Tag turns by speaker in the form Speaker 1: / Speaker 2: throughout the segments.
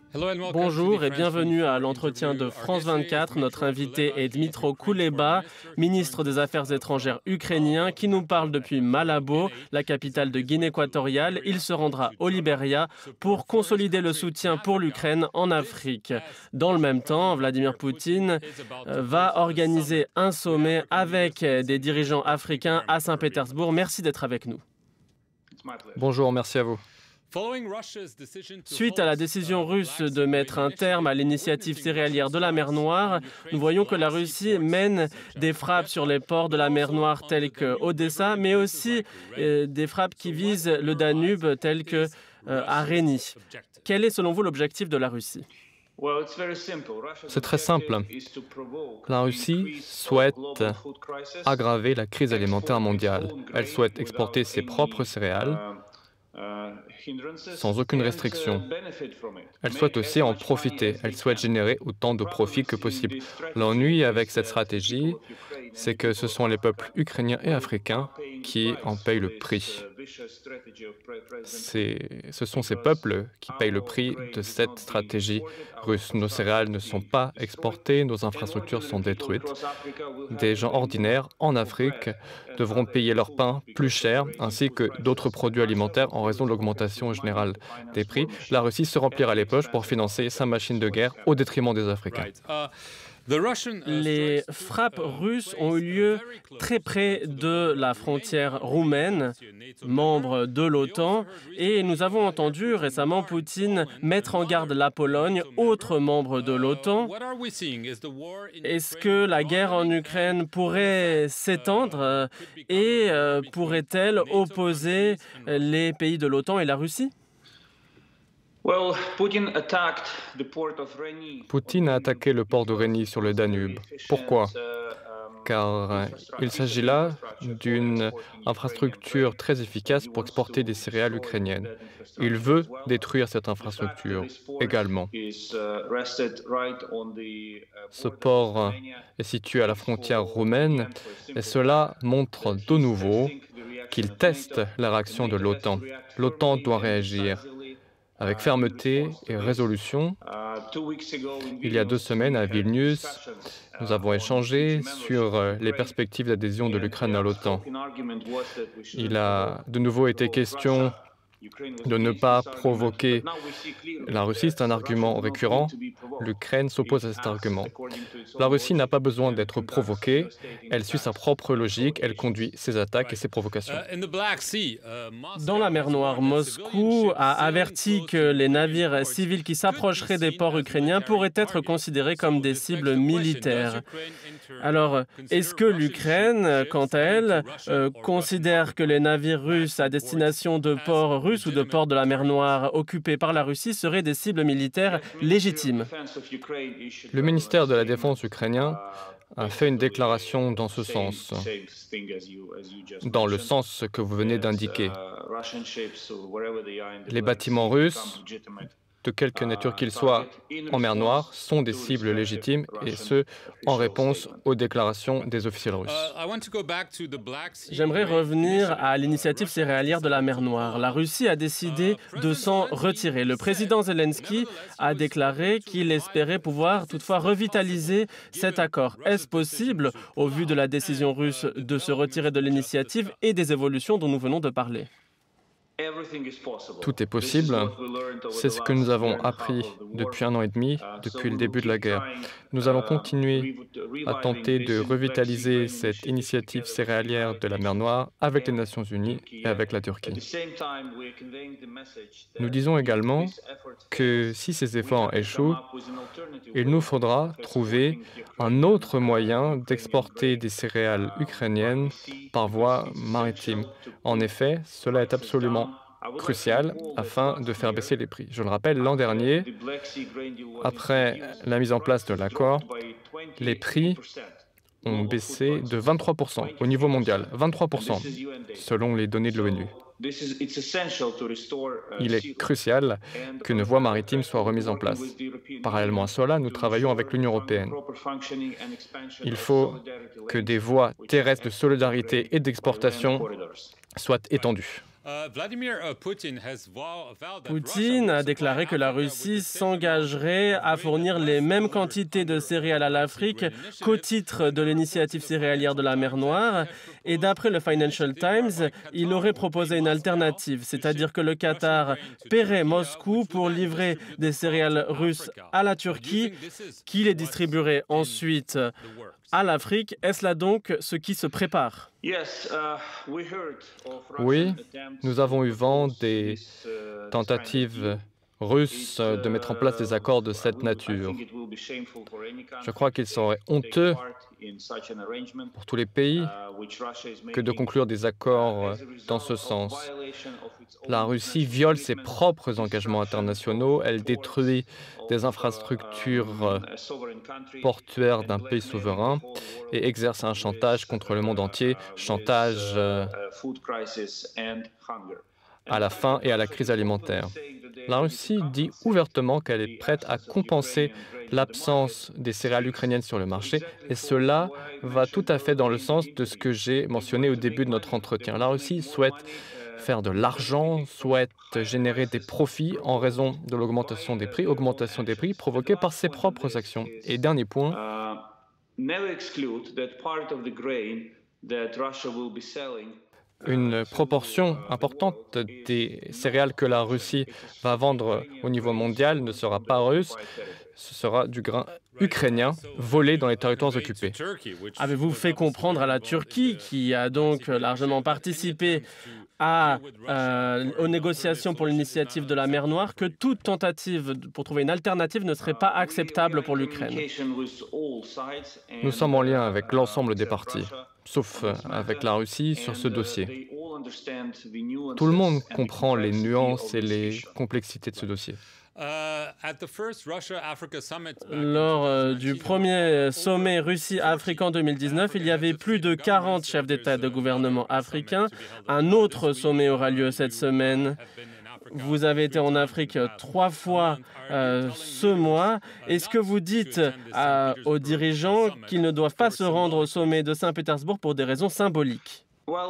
Speaker 1: Bonjour et bienvenue à l'entretien de France 24. Notre invité est Dmytro Kuleba, ministre des Affaires étrangères ukrainien, qui nous parle depuis Malabo, la capitale de Guinée équatoriale. Il se rendra au Libéria pour consolider le soutien pour l'Ukraine en Afrique. Dans le même temps, Vladimir Poutine va organiser un sommet avec des dirigeants africains à Saint-Pétersbourg. Merci d'être avec nous.
Speaker 2: Bonjour, merci à vous.
Speaker 1: Suite à la décision russe de mettre un terme à l'initiative céréalière de la mer Noire, nous voyons que la Russie mène des frappes sur les ports de la mer Noire tels que Odessa, mais aussi des frappes qui visent le Danube tels que à Reni. Quel est selon vous l'objectif de la Russie?
Speaker 2: C'est très simple. La Russie souhaite aggraver la crise alimentaire mondiale. Elle souhaite exporter ses propres céréales sans aucune restriction. Elle souhaite aussi en profiter. Elle souhaite générer autant de profits que possible. L'ennui avec cette stratégie, c'est que ce sont les peuples ukrainiens et africains qui en payent le prix. Ce sont ces peuples qui payent le prix de cette stratégie russe. Nos céréales ne sont pas exportées, nos infrastructures sont détruites. Des gens ordinaires en Afrique devront payer leur pain plus cher, ainsi que d'autres produits alimentaires en raison de l'augmentation générale des prix. La Russie se remplira les poches pour financer sa machine de guerre au détriment des Africains.
Speaker 1: Les frappes russes ont eu lieu très près de la frontière roumaine, membre de l'OTAN, et nous avons entendu récemment Poutine mettre en garde la Pologne, autre membre de l'OTAN. Est-ce que la guerre en Ukraine pourrait s'étendre et pourrait-elle opposer les pays de l'OTAN et la Russie?
Speaker 2: Poutine a attaqué le port de Reni sur le Danube. Pourquoi? Car il s'agit là d'une infrastructure très efficace pour exporter des céréales ukrainiennes. Il veut détruire cette infrastructure également. Ce port est situé à la frontière roumaine et cela montre de nouveau qu'il teste la réaction de l'OTAN. L'OTAN doit réagir avec fermeté et résolution. Il y a 2 semaines, à Vilnius, nous avons échangé sur les perspectives d'adhésion de l'Ukraine à l'OTAN. Il a de nouveau été question de ne pas provoquer la Russie. C'est un argument récurrent. L'Ukraine s'oppose à cet argument. La Russie n'a pas besoin d'être provoquée. Elle suit sa propre logique. Elle conduit ses attaques et ses provocations.
Speaker 1: Dans la mer Noire, Moscou a averti que les navires civils qui s'approcheraient des ports ukrainiens pourraient être considérés comme des cibles militaires. Alors, est-ce que l'Ukraine, quant à elle, considère que les navires russes à destination de ports russes ou de ports de la mer Noire occupés par la Russie seraient des cibles militaires légitimes?
Speaker 2: Le ministère de la Défense ukrainien a fait une déclaration dans ce sens, dans le sens que vous venez d'indiquer. Les bâtiments russes, de quelque nature qu'ils soient en mer Noire, sont des cibles légitimes, et ce, en réponse aux déclarations des officiels russes.
Speaker 1: J'aimerais revenir à l'initiative céréalière de la mer Noire. La Russie a décidé de s'en retirer. Le président Zelensky a déclaré qu'il espérait pouvoir toutefois revitaliser cet accord. Est-ce possible, au vu de la décision russe de se retirer de l'initiative et des évolutions dont nous venons de parler?
Speaker 2: Tout est possible. C'est ce que nous avons appris depuis 1 an et demi, depuis le début de la guerre. Nous allons continuer à tenter de revitaliser cette initiative céréalière de la mer Noire avec les Nations Unies et avec la Turquie. Nous disons également que si ces efforts échouent, il nous faudra trouver un autre moyen d'exporter des céréales ukrainiennes par voie maritime. En effet, cela est absolument crucial afin de faire baisser les prix. Je le rappelle, l'an dernier, après la mise en place de l'accord, les prix ont baissé de 23% au niveau mondial, 23% selon les données de l'ONU. Il est crucial qu'une voie maritime soit remise en place. Parallèlement à cela, nous travaillons avec l'Union européenne. Il faut que des voies terrestres de solidarité et d'exportation soient étendues.
Speaker 1: Poutine a déclaré que la Russie s'engagerait à fournir les mêmes quantités de céréales à l'Afrique qu'au titre de l'initiative céréalière de la mer Noire. Et d'après le Financial Times, il aurait proposé une alternative, c'est-à-dire que le Qatar paierait Moscou pour livrer des céréales russes à la Turquie, qui les distribuerait ensuite à l'Afrique. Est-ce là donc ce qui se prépare?
Speaker 2: Oui, nous avons eu vent des tentatives russes de mettre en place des accords de cette nature. Je crois qu'il serait honteux pour tous les pays que de conclure des accords dans ce sens. La Russie viole ses propres engagements internationaux, elle détruit des infrastructures portuaires d'un pays souverain et exerce un chantage contre le monde entier, chantage à la faim et à la crise alimentaire. La Russie dit ouvertement qu'elle est prête à compenser l'absence des céréales ukrainiennes sur le marché, et cela va tout à fait dans le sens de ce que j'ai mentionné au début de notre entretien. La Russie souhaite faire de l'argent, souhaite générer des profits en raison de l'augmentation des prix provoquée par ses propres actions. Et dernier point, une proportion importante des céréales que la Russie va vendre au niveau mondial ne sera pas russe, ce sera du grain ukrainien volé dans les territoires occupés.
Speaker 1: Avez-vous fait comprendre à la Turquie, qui a donc largement participé aux négociations pour l'initiative de la mer Noire, que toute tentative pour trouver une alternative ne serait pas acceptable pour l'Ukraine?
Speaker 2: Nous sommes en lien avec l'ensemble des parties, sauf avec la Russie sur ce dossier. Tout le monde comprend les nuances et les complexités de ce dossier.
Speaker 1: Lors du premier sommet Russie-Afrique en 2019, il y avait plus de 40 chefs d'État et de gouvernement africains. Un autre sommet aura lieu cette semaine. Vous avez été en Afrique 3 fois ce mois. Est-ce que vous dites aux dirigeants qu'ils ne doivent pas se rendre au sommet de Saint-Pétersbourg pour des raisons symboliques?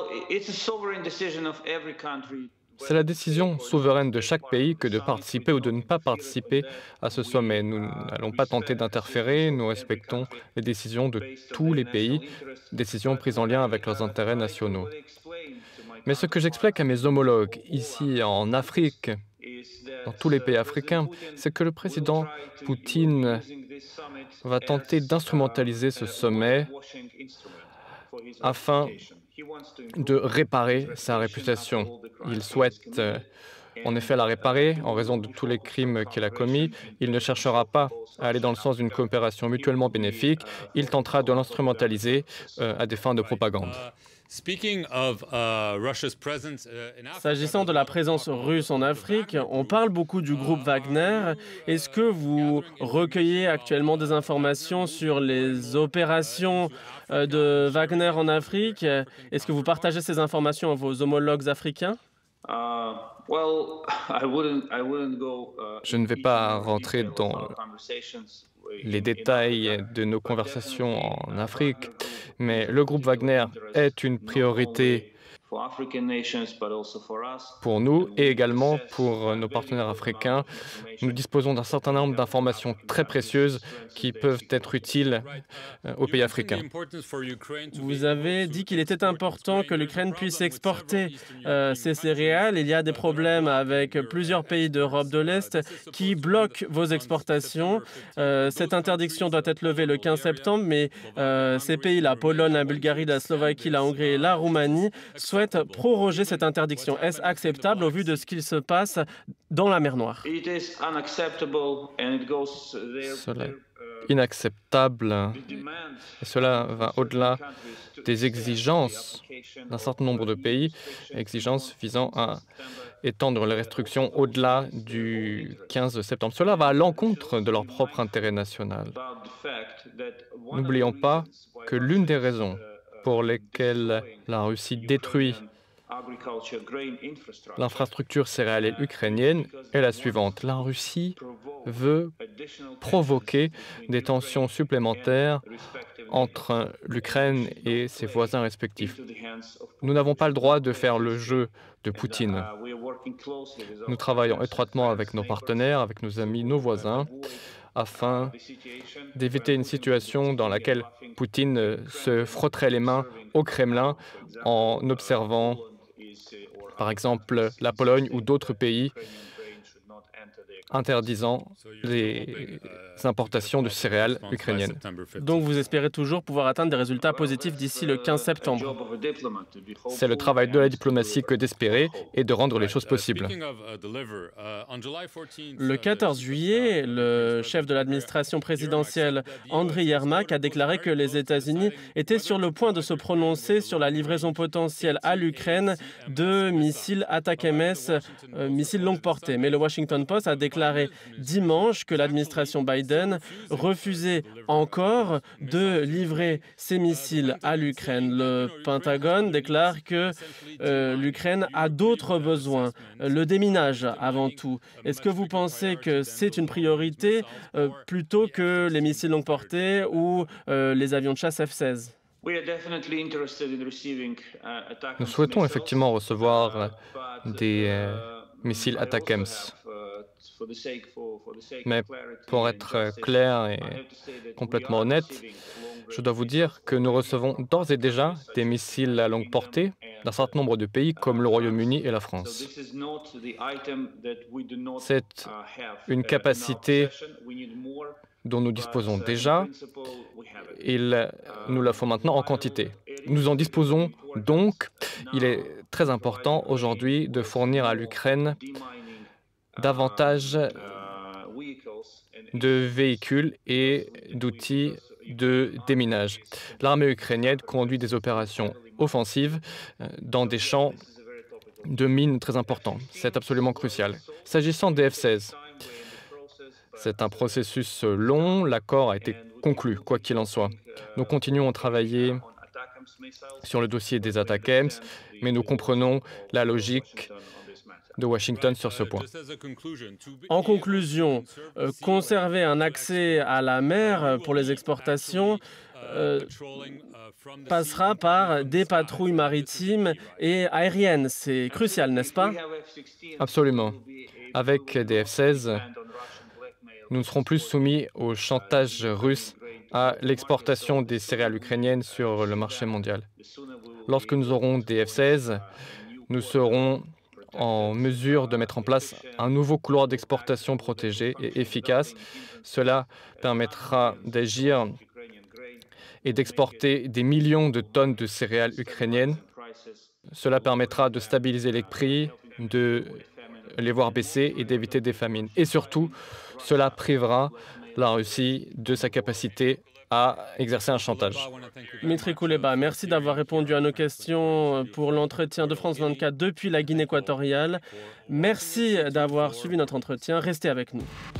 Speaker 2: C'est la décision souveraine de chaque pays que de participer ou de ne pas participer à ce sommet. Nous n'allons pas tenter d'interférer, nous respectons les décisions de tous les pays, décisions prises en lien avec leurs intérêts nationaux. Mais ce que j'explique à mes homologues ici en Afrique, dans tous les pays africains, c'est que le président Poutine va tenter d'instrumentaliser ce sommet afin de réparer sa réputation. Il souhaite en effet la réparer en raison de tous les crimes qu'il a commis. Il ne cherchera pas à aller dans le sens d'une coopération mutuellement bénéfique. Il tentera de l'instrumentaliser à des fins de propagande.
Speaker 1: S'agissant de la présence russe en Afrique, on parle beaucoup du groupe Wagner. Est-ce que vous recueillez actuellement des informations sur les opérations de Wagner en Afrique? Est-ce que vous partagez ces informations à vos homologues africains?
Speaker 2: Je ne vais pas rentrer dans les détails de nos conversations en Afrique, mais le groupe Wagner est une priorité pour nous et également pour nos partenaires africains. Nous disposons d'un certain nombre d'informations très précieuses qui peuvent être utiles aux pays africains.
Speaker 1: Vous avez dit qu'il était important que l'Ukraine puisse exporter ses céréales. Il y a des problèmes avec plusieurs pays d'Europe de l'Est qui bloquent vos exportations. Cette interdiction doit être levée le 15 septembre, mais ces pays, la Pologne, la Bulgarie, la Slovaquie, la Hongrie et la Roumanie, souhaitent proroger cette interdiction. Est-ce acceptable au vu de ce qu'il se passe dans la mer Noire?
Speaker 2: Cela est inacceptable et cela va au-delà des exigences d'un certain nombre de pays, exigences visant à étendre les restrictions au-delà du 15 septembre. Cela va à l'encontre de leur propre intérêt national. N'oublions pas que l'une des raisons pour lesquelles la Russie détruit l'infrastructure céréalière ukrainienne est la suivante. La Russie veut provoquer des tensions supplémentaires entre l'Ukraine et ses voisins respectifs. Nous n'avons pas le droit de faire le jeu de Poutine. Nous travaillons étroitement avec nos partenaires, avec nos amis, nos voisins, afin d'éviter une situation dans laquelle Poutine se frotterait les mains au Kremlin en observant, par exemple, la Pologne ou d'autres pays interdisant les importations de céréales ukrainiennes.
Speaker 1: Donc vous espérez toujours pouvoir atteindre des résultats positifs d'ici le 15 septembre.
Speaker 2: C'est le travail de la diplomatie que d'espérer et de rendre les choses possibles.
Speaker 1: Le 14 juillet, le chef de l'administration présidentielle, Andriy Yermak, a déclaré que les États-Unis étaient sur le point de se prononcer sur la livraison potentielle à l'Ukraine de missiles ATACMS, missiles longue portée. Mais le Washington Post a déclaré dimanche que l'administration Biden refusait encore de livrer ces missiles à l'Ukraine. Le Pentagone déclare que l'Ukraine a d'autres besoins, le déminage avant tout. Est-ce que vous pensez que c'est une priorité plutôt que les missiles longue portée ou les avions de chasse F-16?
Speaker 2: Nous souhaitons effectivement recevoir des missiles ATACMS. Mais pour être clair et complètement honnête, je dois vous dire que nous recevons d'ores et déjà des missiles à longue portée d'un certain nombre de pays comme le Royaume-Uni et la France. C'est une capacité dont nous disposons déjà. Nous la faut maintenant en quantité. Nous en disposons donc. Il est très important aujourd'hui de fournir à l'Ukraine davantage de véhicules et d'outils de déminage. L'armée ukrainienne conduit des opérations offensives dans des champs de mines très importants. C'est absolument crucial. S'agissant des F-16, c'est un processus long. L'accord a été conclu, quoi qu'il en soit. Nous continuons à travailler sur le dossier des ATACMS, mais nous comprenons la logique de Washington sur ce point.
Speaker 1: En conclusion, conserver un accès à la mer pour les exportations passera par des patrouilles maritimes et aériennes. C'est crucial, n'est-ce pas?
Speaker 2: Absolument. Avec des F-16, nous ne serons plus soumis au chantage russe à l'exportation des céréales ukrainiennes sur le marché mondial. Lorsque nous aurons des F-16, nous serons en mesure de mettre en place un nouveau couloir d'exportation protégé et efficace. Cela permettra d'agir et d'exporter des millions de tonnes de céréales ukrainiennes. Cela permettra de stabiliser les prix, de les voir baisser et d'éviter des famines. Et surtout, cela privera la Russie de sa capacité à exercer un chantage.
Speaker 1: Dmitry Kuleba, merci d'avoir répondu à nos questions pour l'entretien de France 24 depuis la Guinée équatoriale. Merci d'avoir suivi notre entretien. Restez avec nous.